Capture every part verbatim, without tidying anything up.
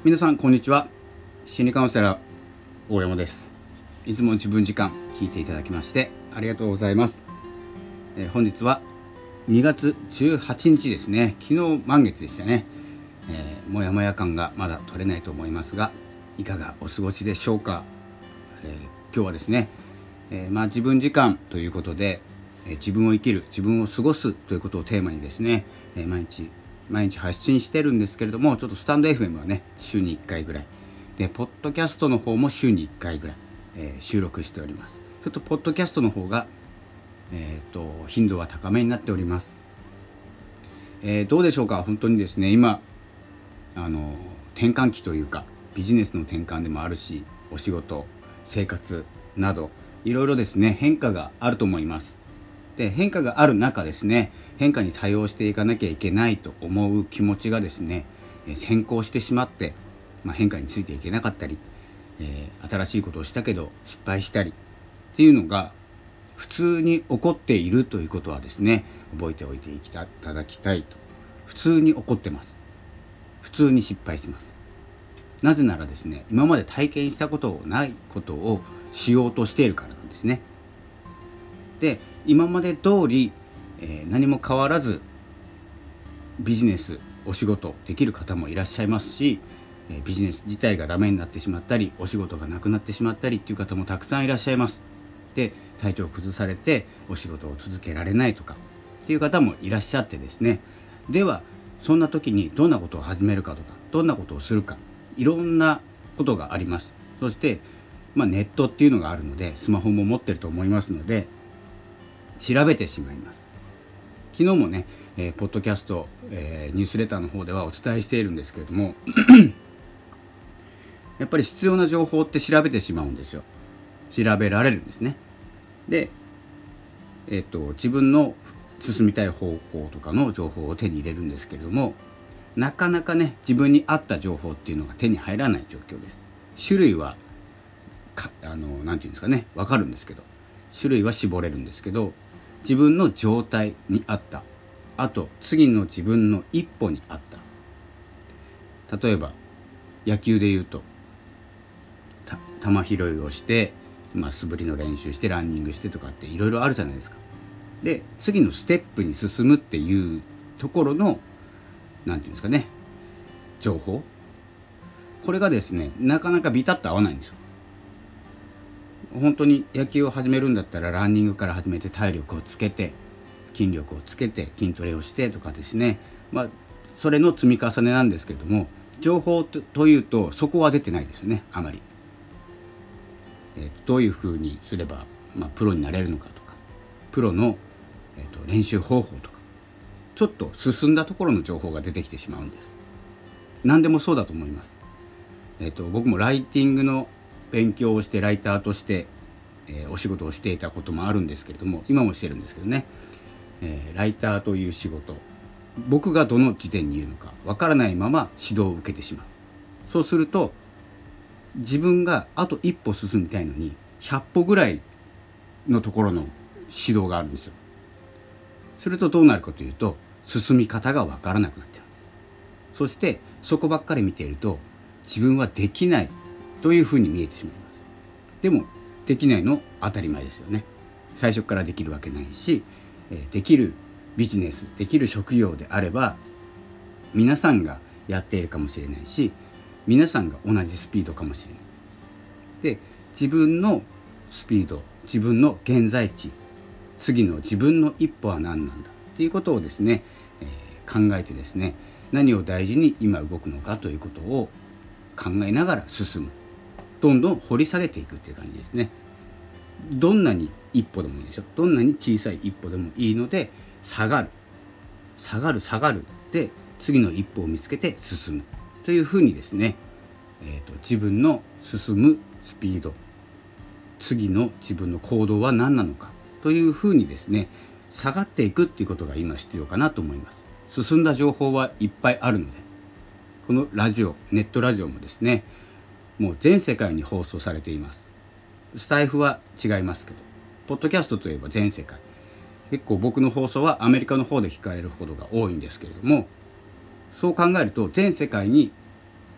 皆さんこんにちは。心理カウンセラー大山です。いつも自分時間聞いていただきましてありがとうございます。えー、本日はにがつじゅうはちにちですね。昨日満月でしたね。えー、もやもや感がまだ取れないと思いますが、いかがお過ごしでしょうか。えー、今日はですね、えー、まあ自分時間ということで、えー、自分を生きる、自分を過ごすということをテーマにですね、えー、毎日毎日発信してるんですけれども、ちょっとスタンド エフエム はね週にいっかいぐらいで、ポッドキャストの方も週にいっかいぐらい、えー、収録しております。ちょっとポッドキャストの方が、えー、と頻度は高めになっております。えー、どうでしょうか。本当にですね、今あの転換期というか、ビジネスの転換でもあるし、お仕事、生活などいろいろですね変化があると思います。で、変化がある中ですね、変化に対応していかなきゃいけないと思う気持ちがですね、えー、先行してしまって、まあ、変化についていけなかったり、えー、新しいことをしたけど失敗したりっていうのが普通に起こっているということはですね、覚えておいていただきたいと。普通に起こってます。普通に失敗します。なぜならですね、今まで体験したことないことをしようとしているからなんですね。で、今まで通り、えー、何も変わらずビジネス、お仕事できる方もいらっしゃいますし、えー、ビジネス自体がダメになってしまったり、お仕事がなくなってしまったりっていう方もたくさんいらっしゃいます。で、体調を崩されてお仕事を続けられないとかっていう方もいらっしゃってですね、ではそんな時にどんなことを始めるかとか、どんなことをするか、いろんなことがあります。そして、まあ、ネットっていうのがあるので、スマホも持ってると思いますので調べてしまいます。昨日もね、えー、ポッドキャスト、えー、ニュースレターの方ではお伝えしているんですけれどもやっぱり必要な情報って調べてしまうんですよ。調べられるんですね。で、えー、と自分の進みたい方向とかの情報を手に入れるんですけれども、なかなかね自分に合った情報っていうのが手に入らない状況です。種類はかあのなんていうんですかね、分かるんですけど、種類は絞れるんですけど、自分の状態に合った、あと次の自分の一歩に合った。例えば野球でいうと球拾いをして、まあ、素振りの練習してランニングしてとかっていろいろあるじゃないですか。で、次のステップに進むっていうところのなんていうんですかね、情報、これがですねなかなかビタッと合わないんですよ。本当に野球を始めるんだったらランニングから始めて、体力をつけて筋力をつけて筋トレをしてとかですね、まあそれの積み重ねなんですけれども、情報というとそこは出てないですよね、あまり。えー、どういうふうにすれば、まあ、プロになれるのかとか、プロの、えー、と練習方法とか、ちょっと進んだところの情報が出てきてしまうんです。何でもそうだと思います。えー、と僕もライティングの勉強をしてライターとして、えー、お仕事をしていたこともあるんですけれども、今もしてるんですけどね、えー、ライターという仕事、僕がどの時点にいるのかわからないまま指導を受けてしまう。そうすると自分があと一歩進みたいのにひゃっぽぐらいのところの指導があるんですよ。するとどうなるかというと、進み方がわからなくなっちゃうんです。そしてそこばっかり見ていると自分はできないというふうに見えてしまいます。でもできないの当たり前ですよね。最初からできるわけないし、できるビジネス、できる職業であれば皆さんがやっているかもしれないし、皆さんが同じスピードかもしれない。で、自分のスピード、自分の現在地、次の自分の一歩は何なんだっていうことをですね、えー、考えてですね、何を大事に今動くのかということを考えながら進む。どんどん掘り下げていくっていう感じですね。どんなに一歩でもいいでしょ。どんなに小さい一歩でもいいので、下がる下がる下がるで次の一歩を見つけて進むというふうにですね、えーと、自分の進むスピード、次の自分の行動は何なのかというふうにですね、下がっていくっていうことが今必要かなと思います。進んだ情報はいっぱいあるので、このラジオ、ネットラジオもですね、もう全世界に放送されています。スタイフは違いますけど、ポッドキャストといえば全世界、結構僕の放送はアメリカの方で聞かれることが多いんですけれども、そう考えると全世界に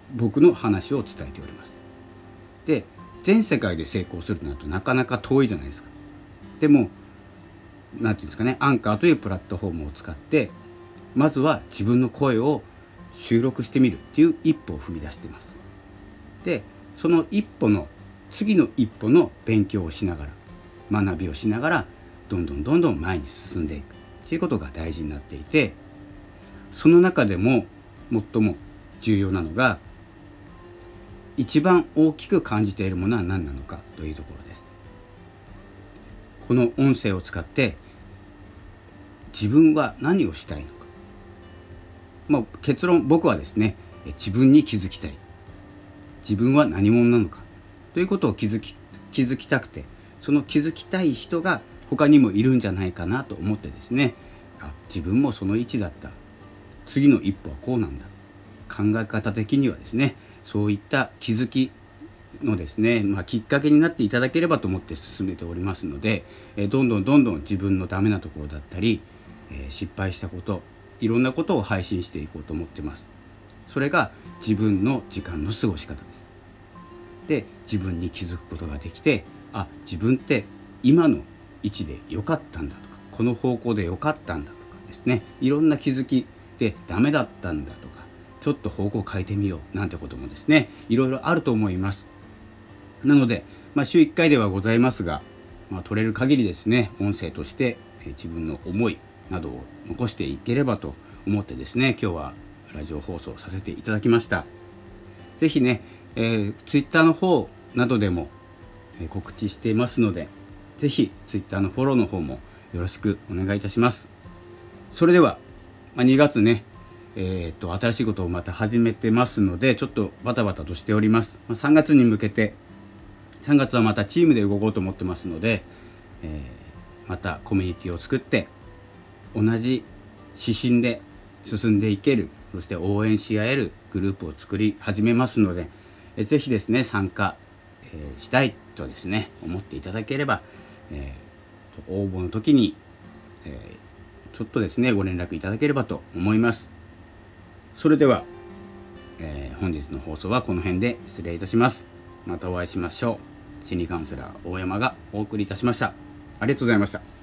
僕の話を伝えております。で、全世界で成功するとなるとなかなか遠いじゃないですか。でもなんていうんですかね、アンカーというプラットフォームを使ってまずは自分の声を収録してみるっていう一歩を踏み出しています。で、その一歩の次の一歩の勉強をしながら、学びをしながらどんどんどんどん前に進んでいくっていうことが大事になっていて、その中でも最も重要なのが、一番大きく感じているものは何なのかというところです。この音声を使って自分は何をしたいのか、まあ、結論、僕はですね、自分に気づきたい、自分は何者なのかということを気づき、気づきたくて、その気づきたい人が他にもいるんじゃないかなと思ってですね、あ、自分もその位置だった、次の一歩はこうなんだ、考え方的にはですね、そういった気づきのですね、まあ、きっかけになっていただければと思って進めておりますので、えどんどんどんどん自分のダメなところだったり、え失敗したこと、いろんなことを配信していこうと思ってます。それが自分の時間の過ごし方です。で、自分に気づくことができて、あ、自分って今の位置で良かったんだとか、この方向で良かったんだとかですね、いろんな気づきでダメだったんだとか、ちょっと方向を変えてみようなんてこともですね、いろいろあると思います。なので、まあ、週いっかいではございますが、まあ、取れる限りですね、音声として、えー、自分の思いなどを残していければと思ってですね、今日はラジオ放送させていただきました。ぜひね、えー、ツイッターの方などでも、えー、告知していますので、ぜひツイッターのフォローの方もよろしくお願いいたします。それでは、まあ、にがつね、えー、っと新しいことをまた始めてますので、ちょっとバタバタとしております。まあ、さんがつに向けて、さんがつはまたチームで動こうと思ってますので、えー、またコミュニティを作って同じ指針で進んでいける、そして応援し合えるグループを作り始めますので、えー、ぜひですね参加、えー、したいとですね思っていただければ、えー、応募の時に、えー、ちょっとですねご連絡いただければと思います。それでは、えー、本日の放送はこの辺で失礼いたします。またお会いしましょう。心理カウンセラー大山がお送りいたしました。ありがとうございました。